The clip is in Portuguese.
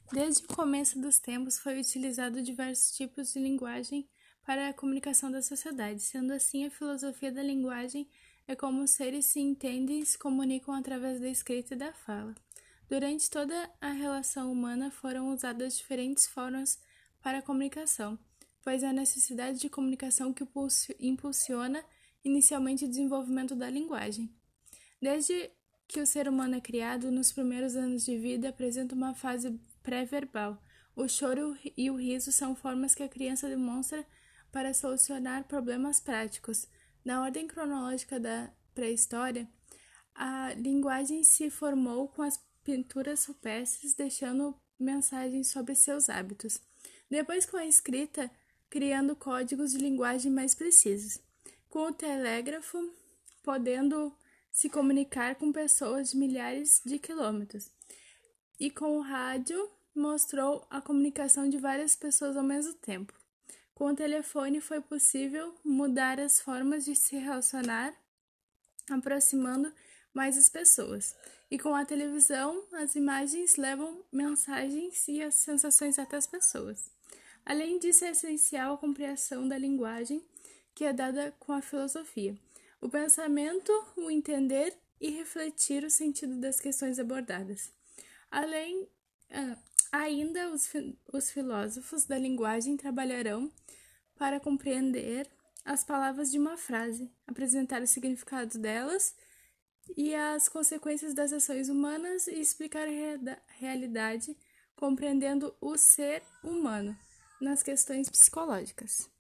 Desde o começo dos tempos foi utilizado diversos tipos de linguagem para a comunicação da sociedade. Sendo assim, a filosofia da linguagem é como os seres se entendem e se comunicam através da escrita e da fala. Durante toda a relação humana foram usadas diferentes formas para a comunicação, pois é a necessidade de comunicação que impulsiona inicialmente o desenvolvimento da linguagem. Desde que o ser humano é criado, nos primeiros anos de vida apresenta uma fase pré-verbal. O choro e o riso são formas que a criança demonstra para solucionar problemas práticos. Na ordem cronológica da pré-história, a linguagem se formou com as pinturas rupestres, deixando mensagens sobre seus hábitos. Depois, com a escrita, criando códigos de linguagem mais precisos. Com o telégrafo, podendo se comunicar com pessoas de milhares de quilômetros. E com o rádio, mostrou a comunicação de várias pessoas ao mesmo tempo. Com o telefone, foi possível mudar as formas de se relacionar, aproximando mais as pessoas. E com a televisão, as imagens levam mensagens e as sensações até as pessoas. Além disso, é essencial a compreensão da linguagem, que é dada com a filosofia. O pensamento, o entender e refletir o sentido das questões abordadas. Ainda os filósofos da linguagem trabalharão para compreender as palavras de uma frase, apresentar o significado delas e as consequências das ações humanas e explicar a realidade, compreendendo o ser humano nas questões psicológicas.